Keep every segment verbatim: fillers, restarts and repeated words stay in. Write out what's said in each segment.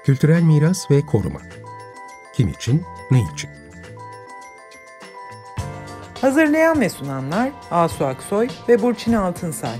Kültürel miras ve koruma. Kim için, ne için? Hazırlayan ve sunanlar Asu Aksoy ve Burçin Altınsay.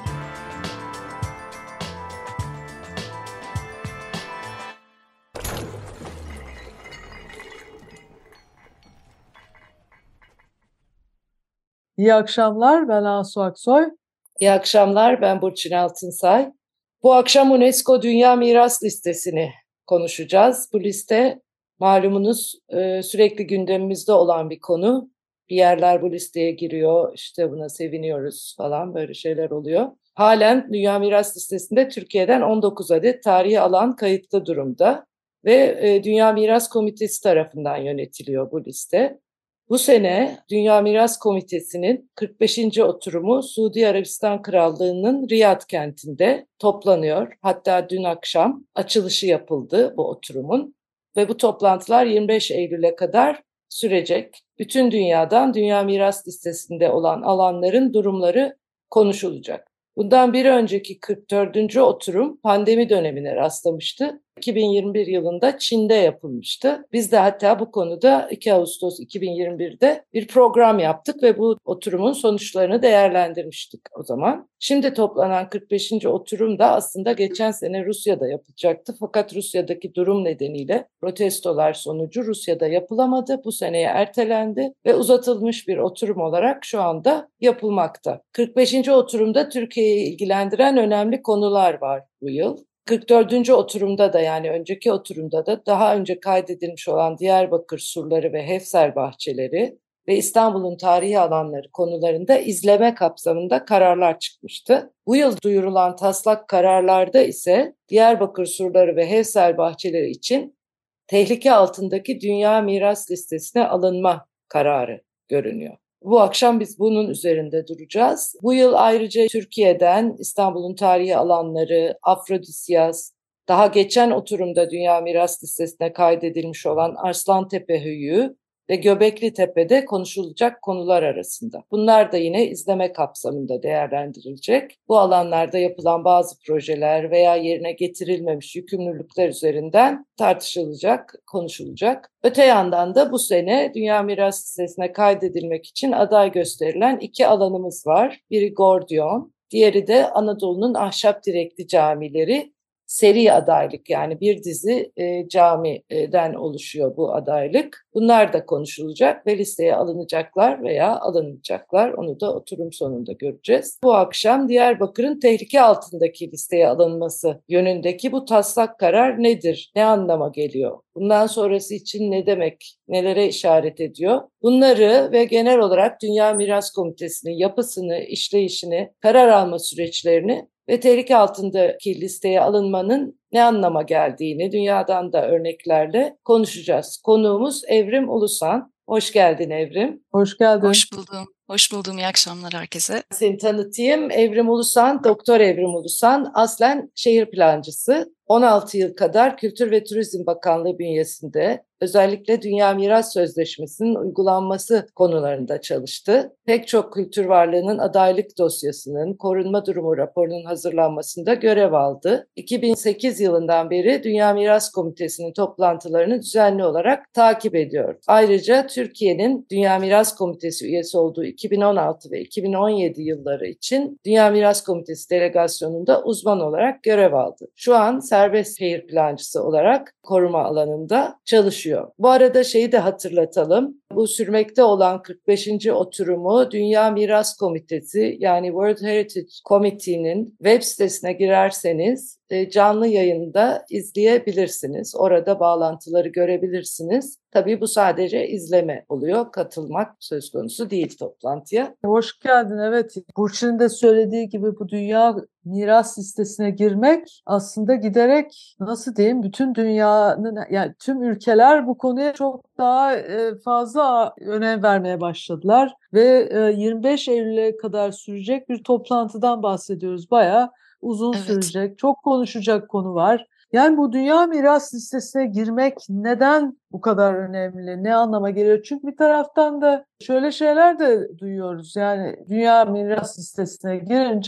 İyi akşamlar, ben Asu Aksoy. İyi akşamlar, ben Burçin Altınsay. Bu akşam UNESCO Dünya Miras Listesi'ni konuşacağız. Bu liste malumunuz sürekli gündemimizde olan bir konu. Bir yerler bu listeye giriyor, işte buna seviniyoruz falan, böyle şeyler oluyor. Halen Dünya Miras Listesi'nde Türkiye'den on dokuz adet tarihi alan kayıtlı durumda ve Dünya Miras Komitesi tarafından yönetiliyor bu liste. Bu sene Dünya Miras Komitesi'nin kırk beşinci oturumu Suudi Arabistan Krallığı'nın Riyad kentinde toplanıyor. Hatta dün akşam açılışı yapıldı bu oturumun ve bu toplantılar yirmi beş Eylül'e kadar sürecek. Bütün dünyadan Dünya Miras Listesi'nde olan alanların durumları konuşulacak. Bundan bir önceki kırk dördüncü oturum pandemi dönemine rastlamıştı. iki bin yirmi bir yılında Çin'de yapılmıştı. Biz de hatta bu konuda iki Ağustos iki bin yirmi birde bir program yaptık ve bu oturumun sonuçlarını değerlendirmiştik o zaman. Şimdi toplanan kırk beşinci oturum da aslında geçen sene Rusya'da yapılacaktı. Fakat Rusya'daki durum nedeniyle protestolar sonucu Rusya'da yapılamadı. Bu seneye ertelendi ve uzatılmış bir oturum olarak şu anda yapılmakta. kırk beşinci oturumda Türkiye'yi ilgilendiren önemli konular var bu yıl. kırk dördüncü oturumda da, yani önceki oturumda da daha önce kaydedilmiş olan Diyarbakır surları ve Hefsel bahçeleri ve İstanbul'un tarihi alanları konularında izleme kapsamında kararlar çıkmıştı. Bu yıl duyurulan taslak kararlarda ise Diyarbakır surları ve Hefsel bahçeleri için tehlike altındaki Dünya Miras Listesi'ne alınma kararı görünüyor. Bu akşam biz bunun üzerinde duracağız. Bu yıl ayrıca Türkiye'den İstanbul'un tarihi alanları, Afrodisyas, daha geçen oturumda Dünya Miras Listesi'ne kaydedilmiş olan Arslantepe Höyüğü ve Göbekli Tepe'de konuşulacak konular arasında. Bunlar da yine izleme kapsamında değerlendirilecek. Bu alanlarda yapılan bazı projeler veya yerine getirilmemiş yükümlülükler üzerinden tartışılacak, konuşulacak. Öte yandan da bu sene Dünya Miras Listesi'ne kaydedilmek için aday gösterilen iki alanımız var. Biri Gordiyon, diğeri de Anadolu'nun ahşap direkli camileri. Seri adaylık, yani bir dizi e, camiden oluşuyor bu adaylık. Bunlar da konuşulacak ve listeye alınacaklar veya alınmayacaklar. Onu da oturum sonunda göreceğiz. Bu akşam Diyarbakır'ın tehlike altındaki listeye alınması yönündeki bu taslak karar nedir? Ne anlama geliyor? Bundan sonrası için ne demek? Nelere işaret ediyor? Bunları ve genel olarak Dünya Miras Komitesi'nin yapısını, işleyişini, karar alma süreçlerini ve tehlike altındaki listeye alınmanın ne anlama geldiğini dünyadan da örneklerle konuşacağız. Konuğumuz Evrim Ulusan. Hoş geldin Evrim. Hoş geldin. Hoş buldum. Hoş buldum. İyi akşamlar herkese. Seni tanıtayım. Evrim Ulusan, Doktor Evrim Ulusan aslen şehir plancısı. on altı yıl kadar Kültür ve Turizm Bakanlığı bünyesinde özellikle Dünya Miras Sözleşmesi'nin uygulanması konularında çalıştı. Pek çok kültür varlığının adaylık dosyasının, korunma durumu raporunun hazırlanmasında görev aldı. iki bin sekiz yılından beri Dünya Miras Komitesi'nin toplantılarını düzenli olarak takip ediyor. Ayrıca Türkiye'nin Dünya Miras Komitesi üyesi olduğu iki bin on altı ve iki bin on yedi yılları için Dünya Miras Komitesi delegasyonunda uzman olarak görev aldı. Şu an serbest şehir plancısı olarak koruma alanında çalışıyor. Bu arada şeyi de hatırlatalım. Bu sürmekte olan kırk beşinci oturumu Dünya Miras Komitesi, yani World Heritage Committee'nin web sitesine girerseniz canlı yayında izleyebilirsiniz. Orada bağlantıları görebilirsiniz. Tabii bu sadece izleme oluyor. Katılmak söz konusu değil toplantıya. Hoş geldin. Evet, Burçin'in de söylediği gibi bu Dünya Miras Listesi'ne girmek aslında giderek, nasıl diyeyim, bütün dünyanın, yani tüm ülkeler bu konuya çok daha fazla önem vermeye başladılar ve yirmi beş Eylül'e kadar sürecek bir toplantıdan bahsediyoruz. Bayağı uzun Evet. sürecek, çok konuşacak konu var. Yani bu Dünya Miras Listesi'ne girmek neden bu kadar önemli? Ne anlama geliyor? Çünkü bir taraftan da şöyle şeyler de duyuyoruz. Yani Dünya Miras Listesi'ne girince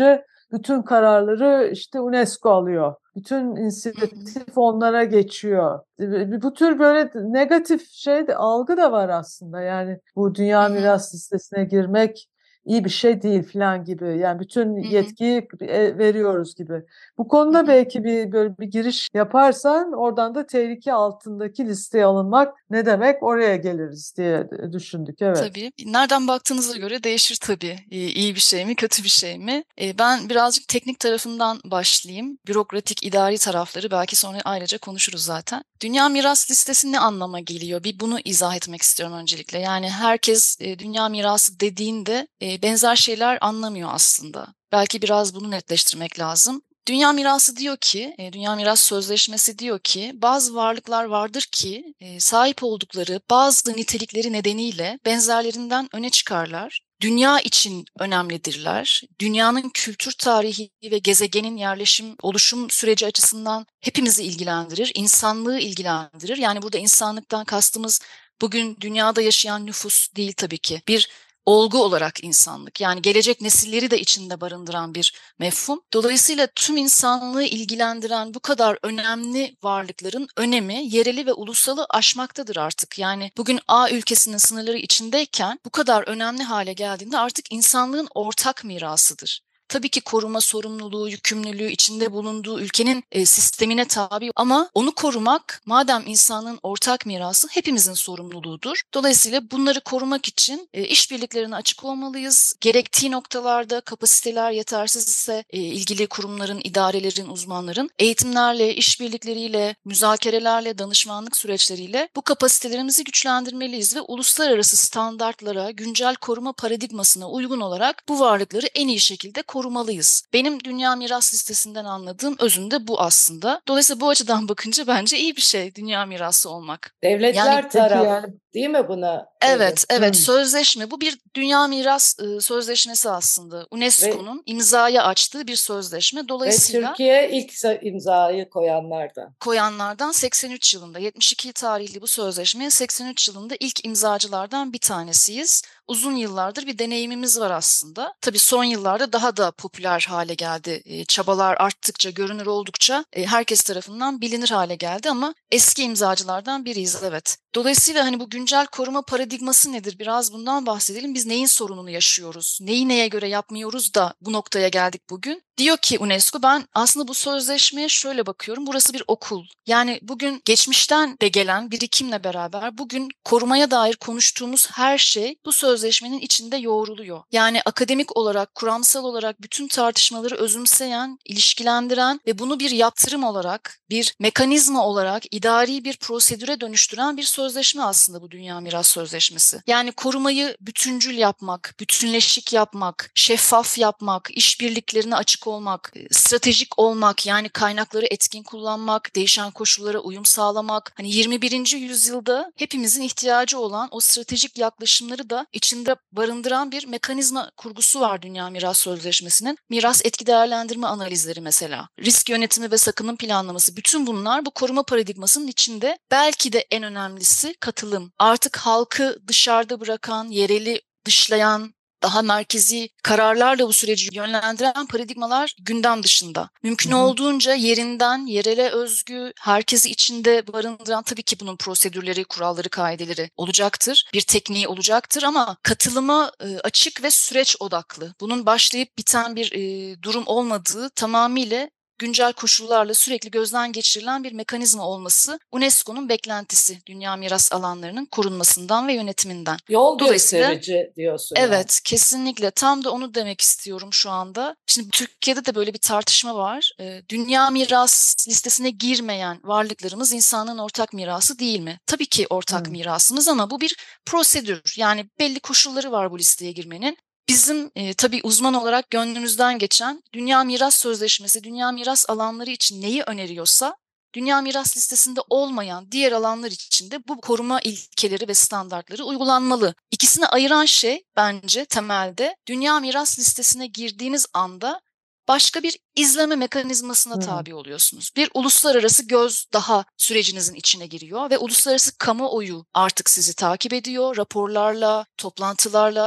bütün kararları işte UNESCO alıyor. Bütün inisiyatif onlara geçiyor. Bu tür böyle negatif şey de, algı da var aslında. Yani bu Dünya Miras Listesi'ne girmek iyi bir şey değil falan gibi. Yani bütün yetkiyi veriyoruz gibi. Bu konuda belki bir böyle bir giriş yaparsan oradan da tehlike altındaki listeye alınmak ne demek, oraya geliriz diye düşündük. Evet. Tabii. Nereden baktığınıza göre değişir tabii. İyi bir şey mi, kötü bir şey mi? Ben birazcık teknik tarafından başlayayım. Bürokratik, idari tarafları belki sonra ayrıca konuşuruz zaten. Dünya Miras Listesi ne anlama geliyor? Bir bunu izah etmek istiyorum öncelikle. Yani herkes dünya mirası dediğinde benzer şeyler anlamıyor aslında. Belki biraz bunu netleştirmek lazım. Dünya Mirası diyor ki, Dünya Miras Sözleşmesi diyor ki bazı varlıklar vardır ki sahip oldukları bazı nitelikleri nedeniyle benzerlerinden öne çıkarlar. Dünya için önemlidirler. Dünyanın kültür tarihi ve gezegenin yerleşim, oluşum süreci açısından hepimizi ilgilendirir, insanlığı ilgilendirir. Yani burada insanlıktan kastımız bugün dünyada yaşayan nüfus değil tabii ki. Bir olgu olarak insanlık, yani gelecek nesilleri de içinde barındıran bir mefhum. Dolayısıyla tüm insanlığı ilgilendiren bu kadar önemli varlıkların önemi yereli ve ulusalı aşmaktadır artık. Yani bugün A ülkesinin sınırları içindeyken bu kadar önemli hale geldiğinde artık insanlığın ortak mirasıdır. Tabii ki koruma sorumluluğu, yükümlülüğü içinde bulunduğu ülkenin e, sistemine tabi ama onu korumak madem insanlığın ortak mirası hepimizin sorumluluğudur. Dolayısıyla bunları korumak için e, işbirliklerine açık olmalıyız. Gerektiği noktalarda kapasiteler yetersiz ise e, ilgili kurumların, idarelerin, uzmanların eğitimlerle, işbirlikleriyle, müzakerelerle, danışmanlık süreçleriyle bu kapasitelerimizi güçlendirmeliyiz ve uluslararası standartlara, güncel koruma paradigmasına uygun olarak bu varlıkları en iyi şekilde korumalıyız. Benim Dünya Miras Listesi'nden anladığım özünde bu aslında. Dolayısıyla bu açıdan bakınca bence iyi bir şey dünya mirası olmak. Devletler yani, taraf yani, değil mi buna? Evet, evet. Hmm. Sözleşme. Bu bir dünya miras e, sözleşmesi aslında. UNESCO'nun imzaya açtığı bir sözleşme. Dolayısıyla ve Türkiye ilk imzayı koyanlardan. Koyanlardan seksen üç yılında, yetmiş iki tarihli bu sözleşmeye seksen üç yılında ilk imzacılardan bir tanesiyiz. Uzun yıllardır bir deneyimimiz var aslında. Tabii son yıllarda daha da popüler hale geldi. E, çabalar arttıkça, görünür oldukça e, herkes tarafından bilinir hale geldi ama eski imzacılardan biriyiz, evet. Dolayısıyla hani bu güncel koruma paradigması nedir? Biraz bundan bahsedelim. Biz neyin sorununu yaşıyoruz? Neyi neye göre yapmıyoruz da bu noktaya geldik bugün? Diyor ki UNESCO, ben aslında bu sözleşmeye şöyle bakıyorum. Burası bir okul. Yani bugün geçmişten de gelen birikimle beraber bugün korumaya dair konuştuğumuz her şey bu sözleşmenin içinde yoğruluyor. Yani akademik olarak, kuramsal olarak bütün tartışmaları özümseyen, ilişkilendiren ve bunu bir yaptırım olarak, bir mekanizma olarak idari bir prosedüre dönüştüren bir sözleşme aslında bu Dünya Miras Sözleşmesi. Yani korumayı bütüncül yapmak, bütünleşik yapmak, şeffaf yapmak, işbirliklerine açık olmak, stratejik olmak, yani kaynakları etkin kullanmak, değişen koşullara uyum sağlamak. Hani yirmi birinci yüzyılda hepimizin ihtiyacı olan o stratejik yaklaşımları da içinde barındıran bir mekanizma kurgusu var Dünya Miras Sözleşmesi'nin. Miras etki değerlendirme analizleri mesela, risk yönetimi ve sakınım planlaması, bütün bunlar bu koruma paradigmasının içinde. Belki de en önemlisi katılım. Artık halkı dışarıda bırakan, yereli dışlayan, daha merkezi kararlarla bu süreci yönlendiren paradigmalar gündem dışında. Mümkün hı hı. olduğunca yerinden, yerele özgü, herkesi içinde barındıran, tabii ki bunun prosedürleri, kuralları, kaideleri olacaktır. Bir tekniği olacaktır ama katılıma e, açık ve süreç odaklı. Bunun başlayıp biten bir e, durum olmadığı, tamamıyla güncel koşullarla sürekli gözden geçirilen bir mekanizma olması UNESCO'nun beklentisi dünya miras alanlarının korunmasından ve yönetiminden. Yol gösterici diyorsun. Evet, yani. Kesinlikle. Tam da onu demek istiyorum şu anda. Şimdi Türkiye'de de böyle bir tartışma var. Dünya miras listesine girmeyen varlıklarımız insanlığın ortak mirası değil mi? Tabii ki ortak hmm. mirasımız ama bu bir prosedür. Yani belli koşulları var bu listeye girmenin. Bizim e, tabii uzman olarak gönlümüzden geçen Dünya Miras Sözleşmesi, dünya miras alanları için neyi öneriyorsa, Dünya Miras Listesi'nde olmayan diğer alanlar için de bu koruma ilkeleri ve standartları uygulanmalı. İkisini ayıran şey bence temelde Dünya Miras Listesi'ne girdiğiniz anda başka bir izleme mekanizmasına hmm. tabi oluyorsunuz. Bir uluslararası göz daha sürecinizin içine giriyor ve uluslararası kamuoyu artık sizi takip ediyor. Raporlarla, toplantılarla,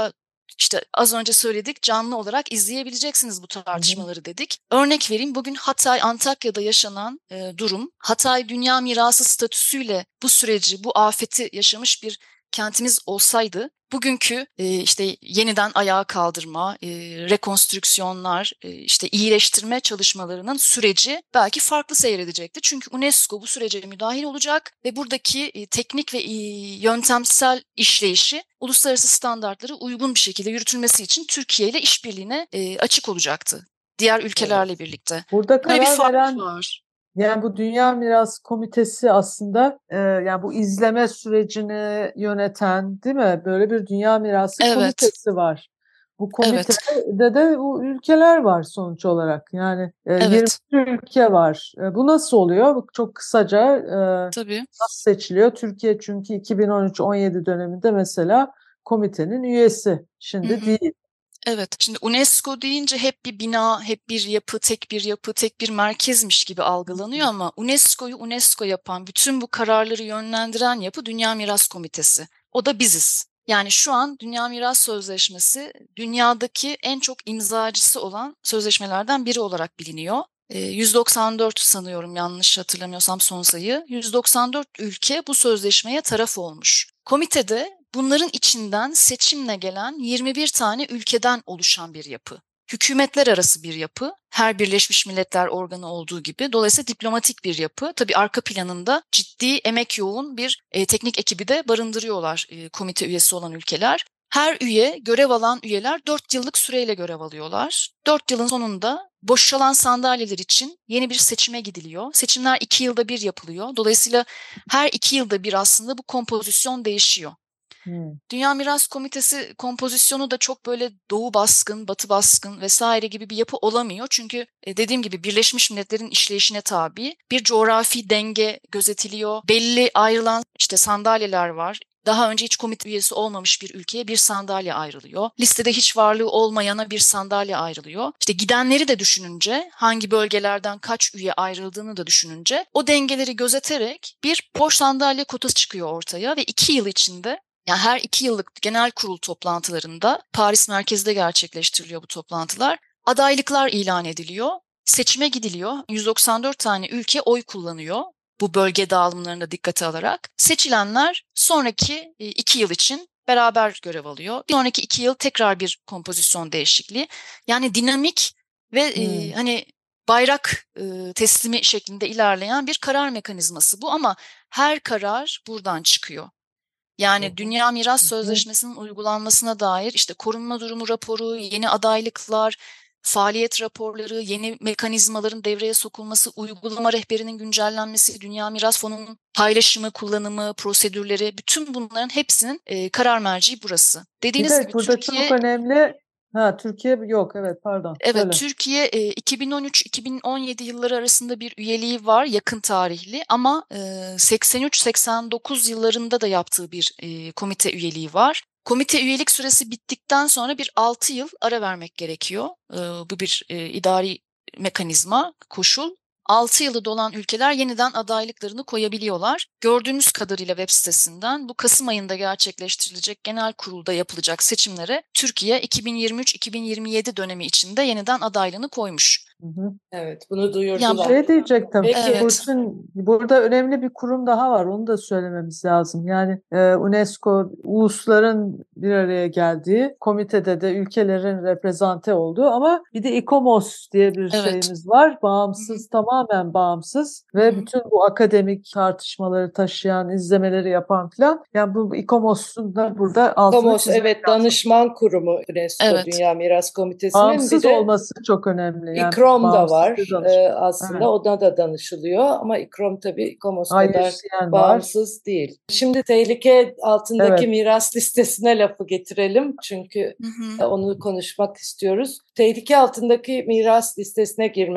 İşte az önce söyledik, canlı olarak izleyebileceksiniz bu tartışmaları dedik. Örnek vereyim, bugün Hatay, Antakya'da yaşanan e, durum, Hatay Dünya Mirası statüsüyle bu süreci, bu afeti yaşamış bir kentimiz olsaydı, bugünkü e, işte yeniden ayağa kaldırma, e, rekonstrüksiyonlar, e, işte iyileştirme çalışmalarının süreci belki farklı seyredecekti. Çünkü UNESCO bu sürece müdahil olacak ve buradaki e, teknik ve e, yöntemsel işleyişi uluslararası standartlara uygun bir şekilde yürütülmesi için Türkiye ile işbirliğine e, açık olacaktı. Diğer ülkelerle Evet. birlikte. Burada Böyle bir karar fark veren var. yani bu Dünya Mirası Komitesi aslında e, yani bu izleme sürecini yöneten, değil mi? Böyle bir Dünya Mirası Evet, Komitesi var. Bu evet, komitede de bu ülkeler var sonuç olarak. Yani e, yirmi evet. ülke var. E, bu nasıl oluyor? Çok kısaca e, Tabii. nasıl seçiliyor? Türkiye çünkü iki bin on üç on yedi döneminde mesela komitenin üyesi. Şimdi Hı hı. değil. Evet. Şimdi UNESCO deyince hep bir bina, hep bir yapı, tek bir yapı, tek bir merkezmiş gibi algılanıyor ama UNESCO'yu UNESCO yapan, bütün bu kararları yönlendiren yapı Dünya Miras Komitesi. O da biziz. Yani şu an Dünya Miras Sözleşmesi dünyadaki en çok imzacısı olan sözleşmelerden biri olarak biliniyor. yüz doksan dört sanıyorum, yanlış hatırlamıyorsam son sayı. yüz doksan dört ülke bu sözleşmeye taraf olmuş. Komitede bunların içinden seçimle gelen yirmi bir tane ülkeden oluşan bir yapı. Hükümetler arası bir yapı, her Birleşmiş Milletler organı olduğu gibi. Dolayısıyla diplomatik bir yapı. Tabii arka planında ciddi emek yoğun bir e, teknik ekibi de barındırıyorlar e, komite üyesi olan ülkeler. Her üye, görev alan üyeler dört yıllık süreyle görev alıyorlar. dört yılın sonunda boşalan sandalyeler için yeni bir seçime gidiliyor. Seçimler iki yılda bir yapılıyor. Dolayısıyla her iki yılda bir aslında bu kompozisyon değişiyor. Hmm. Dünya Miras Komitesi kompozisyonu da çok böyle doğu baskın, batı baskın vesaire gibi bir yapı olamıyor. Çünkü dediğim gibi Birleşmiş Milletler'in işleyişine tabi. Bir coğrafi denge gözetiliyor. Belli ayrılan işte sandalyeler var. Daha önce hiç komite üyesi olmamış bir ülkeye bir sandalye ayrılıyor. Listede hiç varlığı olmayana bir sandalye ayrılıyor. İşte gidenleri de düşününce, hangi bölgelerden kaç üye ayrıldığını da düşününce o dengeleri gözeterek bir boş sandalye kotası çıkıyor ortaya ve iki yıl içinde, yani her iki yıllık genel kurul toplantılarında, Paris merkezde gerçekleştiriliyor bu toplantılar, adaylıklar ilan ediliyor, seçime gidiliyor. yüz doksan dört tane ülke oy kullanıyor bu bölge dağılımlarını da dikkate alarak. Seçilenler sonraki iki yıl için beraber görev alıyor. Bir sonraki iki yıl tekrar bir kompozisyon değişikliği. Yani dinamik ve hmm. e, hani bayrak e, teslimi şeklinde ilerleyen bir karar mekanizması bu, ama her karar buradan çıkıyor. Yani Dünya Miras Sözleşmesi'nin uygulanmasına dair işte korunma durumu raporu, yeni adaylıklar, faaliyet raporları, yeni mekanizmaların devreye sokulması, uygulama rehberinin güncellenmesi, Dünya Miras Fonu'nun paylaşımı, kullanımı, prosedürleri, bütün bunların hepsinin e, karar merci burası. Dediğiniz bir de gibi burada Türkiye... çok önemli... Ha, Türkiye yok, evet, pardon. Evet, söyle. Türkiye e, iki bin on üç iki bin on yedi yılları arasında bir üyeliği var, yakın tarihli, ama e, seksen üç seksen dokuz yıllarında da yaptığı bir e, komite üyeliği var. Komite üyelik süresi bittikten sonra bir altı yıl ara vermek gerekiyor. E, bu bir e, idari mekanizma, koşul. altı yılı dolan ülkeler yeniden adaylıklarını koyabiliyorlar. Gördüğümüz kadarıyla web sitesinden bu Kasım ayında gerçekleştirilecek genel kurulda yapılacak seçimlere Türkiye iki bin yirmi üç iki bin yirmi yedi dönemi içinde yeniden adaylığını koymuş. Hı hı. Evet, bunu duyurdular. Yani, şey diyecektim. Peki. Evet. Burçin, burada önemli bir kurum daha var. Onu da söylememiz lazım. Yani e, UNESCO, ulusların bir araya geldiği, komitede de ülkelerin reprezente olduğu, ama bir de İKOMOS diye bir Evet. şeyimiz var. Bağımsız, Hı-hı. tamamen bağımsız ve Hı-hı. bütün bu akademik tartışmaları taşıyan, izlemeleri yapan falan. Yani bu İKOMOS'un da burada altını İKOMOS, çizmek evet, lazım. danışman kurumu UNESCO Evet. Dünya Miras Komitesi'nin. Bağımsız bir de olması çok önemli. Yani İKROM da var e, aslında, evet. ona da danışılıyor ama İKROM tabii İKOMOS Hayır, kadar var. bağımsız değil. Şimdi tehlike altındaki Evet. miras listesine lafı getirelim çünkü Hı hı. onu konuşmak istiyoruz. Tehlike altındaki miras listesine girmek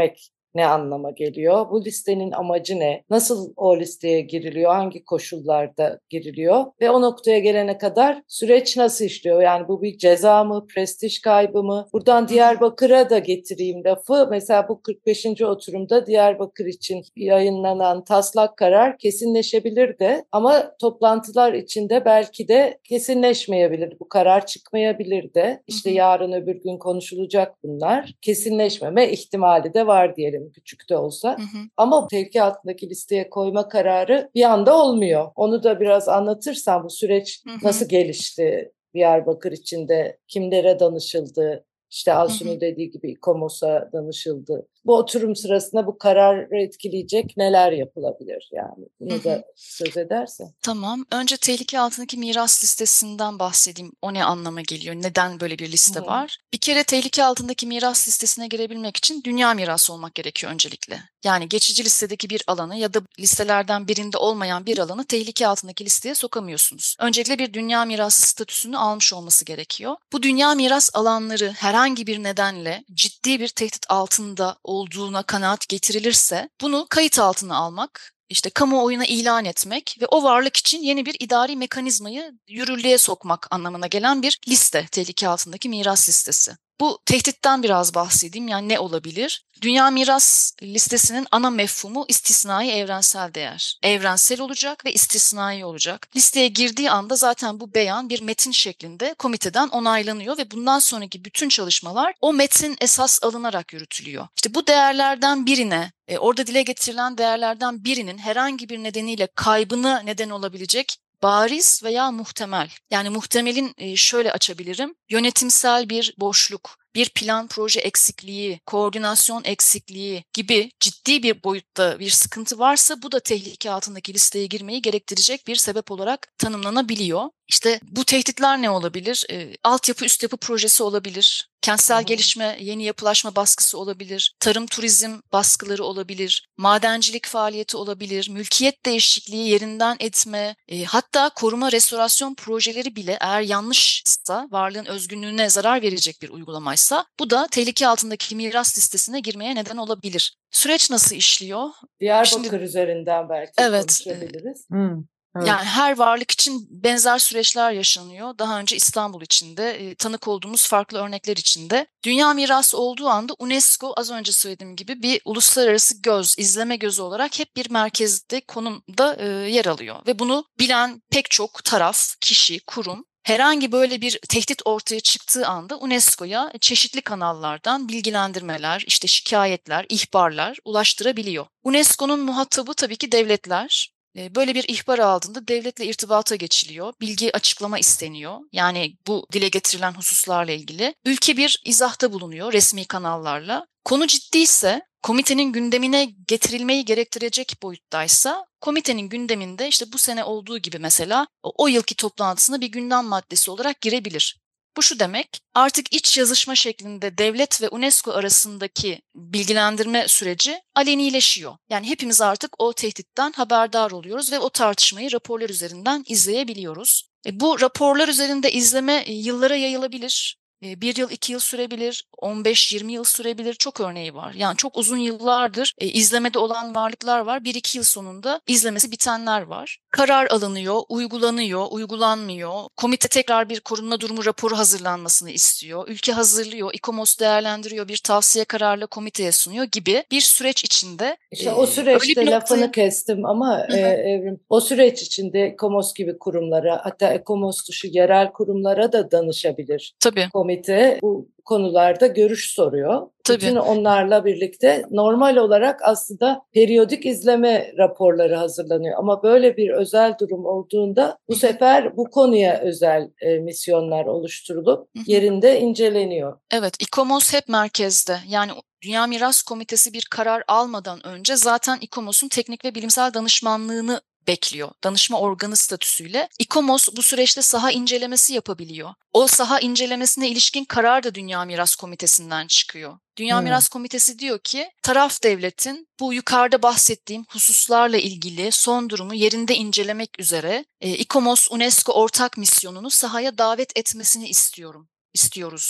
ne anlama geliyor? Bu listenin amacı ne? Nasıl o listeye giriliyor? Hangi koşullarda giriliyor? Ve o noktaya gelene kadar süreç nasıl işliyor? Yani bu bir ceza mı, prestij kaybı mı? Buradan Diyarbakır'a da getireyim lafı. Mesela bu kırk beşinci oturumda Diyarbakır için yayınlanan taslak karar kesinleşebilir de ama toplantılar içinde belki de kesinleşmeyebilir. Bu karar çıkmayabilir de. İşte yarın öbür gün konuşulacak bunlar. Kesinleşmeme ihtimali de var diyelim, küçük de olsa. Hı hı. Ama tehlike altındaki listeye koyma kararı bir anda olmuyor. Onu da biraz anlatırsam bu süreç hı hı. nasıl gelişti? Diyarbakır içinde kimlere danışıldı? İşte Asu'nun dediği gibi İKOMOS'a danışıldı. Bu oturum sırasında bu kararı etkileyecek neler yapılabilir yani? Bunu hı hı. da söz edersen. Tamam. Önce tehlike altındaki miras listesinden bahsedeyim. O ne anlama geliyor? Neden böyle bir liste hı. var? Bir kere tehlike altındaki miras listesine girebilmek için dünya mirası olmak gerekiyor öncelikle. Yani geçici listedeki bir alanı ya da listelerden birinde olmayan bir alanı tehlike altındaki listeye sokamıyorsunuz. Öncelikle bir dünya mirası statüsünü almış olması gerekiyor. Bu dünya miras alanları herhangi bir nedenle ciddi bir tehdit altında olduğuna kanaat getirilirse bunu kayıt altına almak, işte kamuoyuna ilan etmek ve o varlık için yeni bir idari mekanizmayı yürürlüğe sokmak anlamına gelen bir liste, tehlike altındaki miras listesi. Bu tehditten biraz bahsedeyim. Yani ne olabilir? Dünya miras listesinin ana mefhumu istisnai evrensel değer. Evrensel olacak ve istisnai olacak. Listeye girdiği anda zaten bu beyan bir metin şeklinde komiteden onaylanıyor ve bundan sonraki bütün çalışmalar o metin esas alınarak yürütülüyor. İşte bu değerlerden birine, e, orada dile getirilen değerlerden birinin herhangi bir nedeniyle kaybına neden olabilecek bariz veya muhtemel. Yani muhtemelin şöyle açabilirim. Yönetimsel bir boşluk, bir plan proje eksikliği, koordinasyon eksikliği gibi ciddi bir boyutta bir sıkıntı varsa bu da tehlike altındaki listeye girmeyi gerektirecek bir sebep olarak tanımlanabiliyor. İşte bu tehditler ne olabilir? E, altyapı üst yapı projesi olabilir. Kentsel Hı-hı. gelişme, yeni yapılaşma baskısı olabilir. Tarım turizm baskıları olabilir. Madencilik faaliyeti olabilir. Mülkiyet değişikliği, yerinden etme, e, hatta koruma restorasyon projeleri bile eğer yanlışsa, varlığın özgünlüğüne zarar verecek bir uygulamaysa bu da tehlike altındaki miras listesine girmeye neden olabilir. Süreç nasıl işliyor? Diyarbakır Şimdi, üzerinden belki evet, konuşabiliriz. Evet. Evet. Yani her varlık için benzer süreçler yaşanıyor. Daha önce İstanbul içinde, e, tanık olduğumuz farklı örnekler içinde. Dünya mirası olduğu anda UNESCO az önce söylediğim gibi bir uluslararası göz, izleme gözü olarak hep bir merkezde konumda e, yer alıyor. Ve bunu bilen pek çok taraf, kişi, kurum herhangi böyle bir tehdit ortaya çıktığı anda UNESCO'ya çeşitli kanallardan bilgilendirmeler, işte şikayetler, ihbarlar ulaştırabiliyor. UNESCO'nun muhatabı tabii ki devletler. Böyle bir ihbar aldığında devletle irtibata geçiliyor, bilgi açıklama isteniyor. Yani bu dile getirilen hususlarla ilgili. Ülke bir izahta bulunuyor resmi kanallarla. Konu ciddiyse, komitenin gündemine getirilmeyi gerektirecek boyuttaysa, komitenin gündeminde işte bu sene olduğu gibi mesela o, o yılki toplantısına bir gündem maddesi olarak girebilir. Bu şu demek, artık iç yazışma şeklinde devlet ve UNESCO arasındaki bilgilendirme süreci alenileşiyor. Yani hepimiz artık o tehditten haberdar oluyoruz ve o tartışmayı raporlar üzerinden izleyebiliyoruz. E, bu raporlar üzerinde izleme e, yıllara yayılabilir. Bir yıl, iki yıl sürebilir, on beş yirmi yıl sürebilir, çok örneği var. Yani çok uzun yıllardır e, izlemede olan varlıklar var, bir iki yıl sonunda izlemesi bitenler var. Karar alınıyor, uygulanıyor, uygulanmıyor. Komite tekrar bir korunma durumu raporu hazırlanmasını istiyor. Ülke hazırlıyor, İKOMOS değerlendiriyor, bir tavsiye kararla komiteye sunuyor gibi bir süreç içinde. İşte o süreçte lafını noktaya... kestim ama e, Evrim, o süreç içinde İKOMOS gibi kurumlara, hatta İKOMOS dışı yerel kurumlara da danışabilir. Tabii. Komite bu konularda görüş soruyor. Tabii. Bütün onlarla birlikte normal olarak aslında periyodik izleme raporları hazırlanıyor. Ama böyle bir özel durum olduğunda bu sefer bu konuya özel e, misyonlar oluşturulup yerinde inceleniyor. Evet, İKOMOS hep merkezde. Yani Dünya Miras Komitesi bir karar almadan önce zaten İKOMOS'un teknik ve bilimsel danışmanlığını bekliyor. Danışma organı statüsüyle. İKOMOS bu süreçte saha incelemesi yapabiliyor. O saha incelemesine ilişkin karar da Dünya Miras Komitesi'nden çıkıyor. Dünya hmm. Miras Komitesi diyor ki taraf devletin bu yukarıda bahsettiğim hususlarla ilgili son durumu yerinde incelemek üzere e, İKOMOS UNESCO ortak misyonunu sahaya davet etmesini istiyorum. İstiyoruz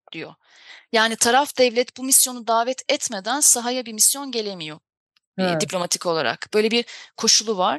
diyor. Yani taraf devlet bu misyonu davet etmeden sahaya bir misyon gelemiyor. Evet. Diplomatik olarak. Böyle bir koşulu var.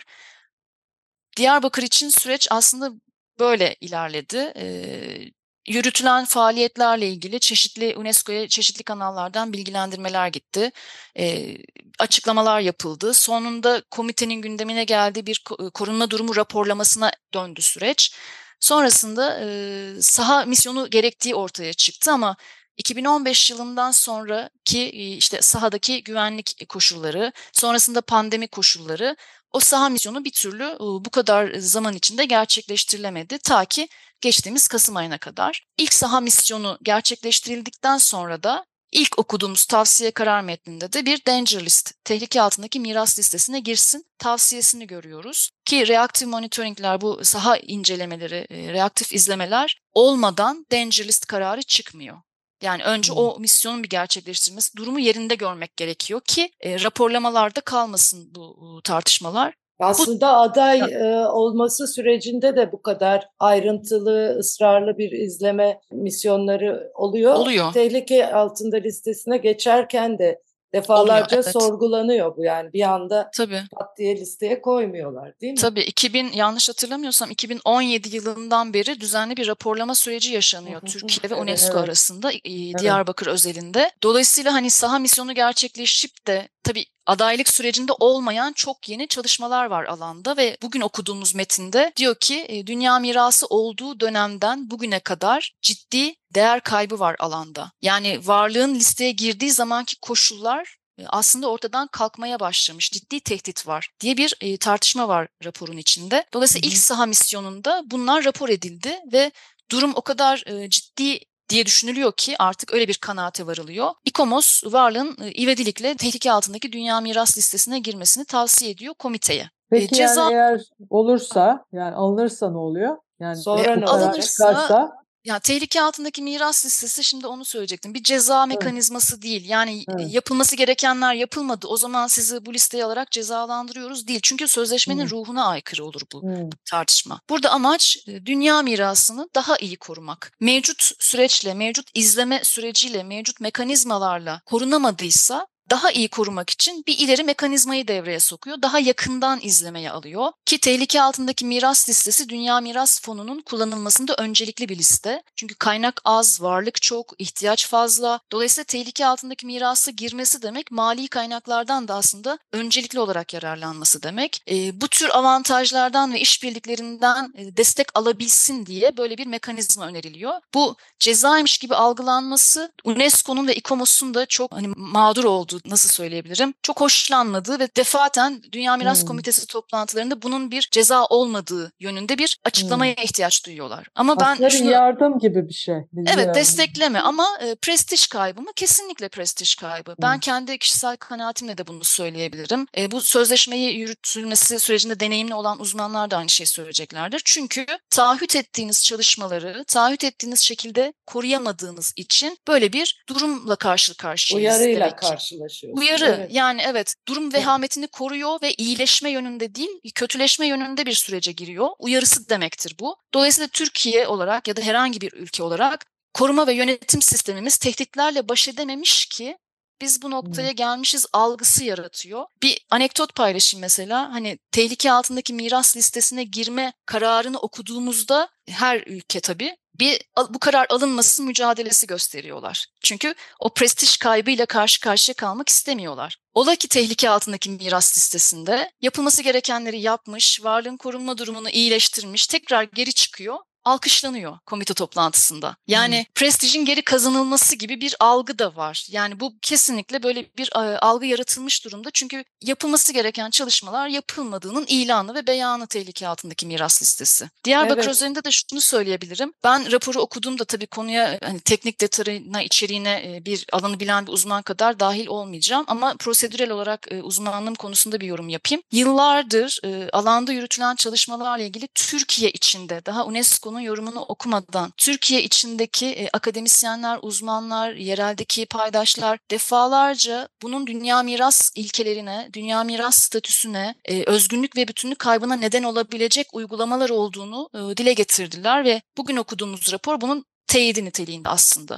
Diyarbakır için süreç aslında böyle ilerledi. Ee, yürütülen faaliyetlerle ilgili çeşitli U N E S C O'ya çeşitli kanallardan bilgilendirmeler gitti. Ee, açıklamalar yapıldı. Sonunda komitenin gündemine geldiği bir korunma durumu raporlamasına döndü süreç. Sonrasında e, saha misyonu gerektiği ortaya çıktı ama iki bin on beş yılından sonraki işte sahadaki güvenlik koşulları, sonrasında pandemi koşulları o saha misyonu bir türlü bu kadar zaman içinde gerçekleştirilemedi ta ki geçtiğimiz Kasım ayına kadar. İlk saha misyonu gerçekleştirildikten sonra da ilk okuduğumuz tavsiye karar metninde de bir danger list, tehlike altındaki miras listesine girsin tavsiyesini görüyoruz. Ki reaktif monitoringler, bu saha incelemeleri, reaktif izlemeler olmadan danger list kararı çıkmıyor. Yani önce hmm. o misyonun bir gerçekleştirilmesi, durumu yerinde görmek gerekiyor ki e, raporlamalarda kalmasın bu, bu tartışmalar. Aslında bu, aday e, olması sürecinde de bu kadar ayrıntılı, ısrarlı bir izleme misyonları oluyor. Oluyor. Tehlike altında listesine geçerken de defalarca oluyor, evet. sorgulanıyor bu, yani bir anda Tabii. pat diye listeye koymuyorlar, değil mi? Tabii iki bin yanlış hatırlamıyorsam iki bin on yedi yılından beri düzenli bir raporlama süreci yaşanıyor Türkiye ve U N E S C O evet. arasında evet. Diyarbakır özelinde. Dolayısıyla hani saha misyonu gerçekleşip de tabii adaylık sürecinde olmayan çok yeni çalışmalar var alanda ve bugün okuduğumuz metinde diyor ki dünya mirası olduğu dönemden bugüne kadar ciddi değer kaybı var alanda. Yani varlığın listeye girdiği zamanki koşullar aslında ortadan kalkmaya başlamış, ciddi tehdit var diye bir e, tartışma var raporun içinde. Dolayısıyla Hı-hı. ilk saha misyonunda bunlar rapor edildi ve durum o kadar e, ciddi diye düşünülüyor ki artık öyle bir kanaate varılıyor. İKOMOS varlığın e, ivedilikle tehlike altındaki dünya miras listesine girmesini tavsiye ediyor komiteye. Peki e, ceza... yani eğer olursa, yani alınırsa ne oluyor? Yani sonra ne alınırsa çıkarsa... Ya tehlike altındaki miras listesi, şimdi onu söyleyecektim. Bir ceza mekanizması evet. değil. Yani evet. yapılması gerekenler yapılmadı, o zaman sizi bu listeye alarak cezalandırıyoruz değil. Çünkü sözleşmenin hmm. ruhuna aykırı olur bu hmm. tartışma. Burada amaç dünya mirasını daha iyi korumak. Mevcut süreçle, mevcut izleme süreciyle, mevcut mekanizmalarla korunamadıysa daha iyi korumak için bir ileri mekanizmayı devreye sokuyor. Daha yakından izlemeye alıyor. Ki tehlike altındaki miras listesi Dünya Miras Fonu'nun kullanılmasında öncelikli bir liste. Çünkü kaynak az, varlık çok, ihtiyaç fazla. Dolayısıyla tehlike altındaki mirası girmesi demek mali kaynaklardan da aslında öncelikli olarak yararlanması demek. E, bu tür avantajlardan ve işbirliklerinden e, destek alabilsin diye böyle bir mekanizma öneriliyor. Bu cezaymış gibi algılanması U N E S C O'nun ve İKOMOS'un da çok hani mağdur olduğu, nasıl söyleyebilirim, çok hoşlanmadığı ve defaten Dünya Miras hmm. Komitesi toplantılarında bunun bir ceza olmadığı yönünde bir açıklamaya hmm. ihtiyaç duyuyorlar. Ama aslında ben şunu, yardım gibi bir şey. Evet yani. Destekleme ama e, prestij kaybı mı? Kesinlikle prestij kaybı. Hmm. Ben kendi kişisel kanaatimle de bunu söyleyebilirim. E, bu sözleşmeyi yürütülmesi sürecinde deneyimli olan uzmanlar da aynı şeyi söyleyeceklerdir. Çünkü taahhüt ettiğiniz çalışmaları taahhüt ettiğiniz şekilde koruyamadığınız için böyle bir durumla karşı karşıyayız. Uyarıyla karşılaşıyoruz. Uyarı evet. Yani evet, durum vehametini koruyor ve iyileşme yönünde değil, kötüleşme yönünde bir sürece giriyor. Uyarısı demektir bu. Dolayısıyla Türkiye olarak ya da herhangi bir ülke olarak koruma ve yönetim sistemimiz tehditlerle baş edememiş ki biz bu noktaya gelmişiz algısı yaratıyor. Bir anekdot paylaşayım mesela. Hani tehlike altındaki miras listesine girme kararını okuduğumuzda her ülke tabii bir bu karar alınması mücadelesi gösteriyorlar. Çünkü o prestij kaybıyla karşı karşıya kalmak istemiyorlar. Ola ki tehlike altındaki miras listesinde yapılması gerekenleri yapmış, varlığın korunma durumunu iyileştirmiş, tekrar geri çıkıyor. Alkışlanıyor komite toplantısında. Yani hmm. prestijin geri kazanılması gibi bir algı da var. Yani bu kesinlikle böyle bir e, algı yaratılmış durumda. Çünkü yapılması gereken çalışmalar yapılmadığının ilanı ve beyanı tehlike altındaki miras listesi. Diyarbakır evet. özelinde de şunu söyleyebilirim. Ben raporu okuduğumda tabii konuya hani teknik detayına, içeriğine e, bir alanı bilen bir uzman kadar dahil olmayacağım. Ama prosedürel olarak e, uzmanlığım konusunda bir yorum yapayım. Yıllardır e, alanda yürütülen çalışmalarla ilgili Türkiye içinde daha U N E S C O'nun yorumunu okumadan Türkiye içindeki e, akademisyenler, uzmanlar, yereldeki paydaşlar defalarca bunun dünya miras ilkelerine, dünya miras statüsüne, e, özgünlük ve bütünlük kaybına neden olabilecek uygulamalar olduğunu e, dile getirdiler ve bugün okuduğumuz rapor bunun teyidi niteliğinde aslında.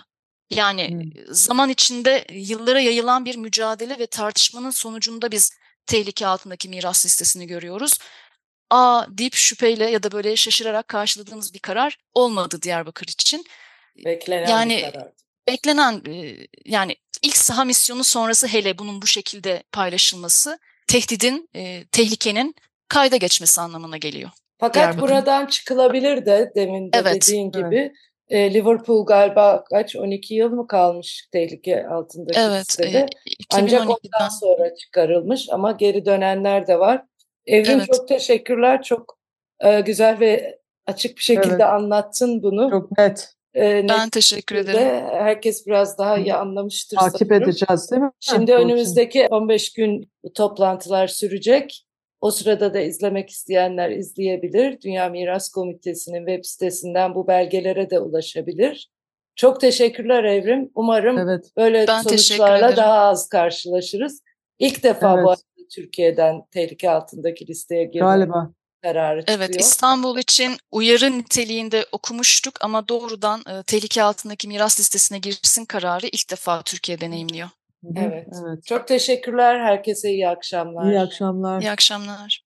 Yani Hmm. zaman içinde yıllara yayılan bir mücadele ve tartışmanın sonucunda biz tehlike altındaki miras listesini görüyoruz. Aa deyip şüpheyle ya da böyle şaşırarak karşıladığımız bir karar olmadı Diyarbakır için. Beklenen Yani bir karar. beklenen e, yani ilk saha misyonu sonrası hele bunun bu şekilde paylaşılması tehdidin, e, tehlikenin kayda geçmesi anlamına geliyor. Fakat Diyarbakır. buradan çıkılabilir de demin de Evet. dediğin Evet. gibi e, Liverpool galiba kaç on iki yıl mı kalmış tehlike altındaki Evet, listede. e, Ancak iki bin on ikiden. ondan sonra çıkarılmış ama geri dönenler de var. Evrim Evet. çok teşekkürler. Çok e, güzel ve açık bir şekilde Evet. anlattın bunu. Çok net. E, net Ben teşekkür şekilde ederim. herkes biraz daha iyi anlamıştır Takip sanırım. edeceğiz değil mi? Şimdi Burçin? önümüzdeki on beş gün bu toplantılar sürecek. O sırada da izlemek isteyenler izleyebilir. Dünya Miras Komitesi'nin web sitesinden bu belgelere de ulaşabilir. Çok teşekkürler Evrim. Umarım Evet. böyle Ben teşekkür sonuçlarla ederim. daha az karşılaşırız. İlk defa Evet. bu arada Türkiye'den tehlike altındaki listeye girme Galiba. kararı Evet, çıkıyor. İstanbul için uyarı niteliğinde okumuştuk ama doğrudan e, tehlike altındaki miras listesine girsin kararı ilk defa Türkiye deneyimliyor. Hı hı, Evet. Evet. Çok teşekkürler. Herkese iyi akşamlar. İyi akşamlar. İyi akşamlar.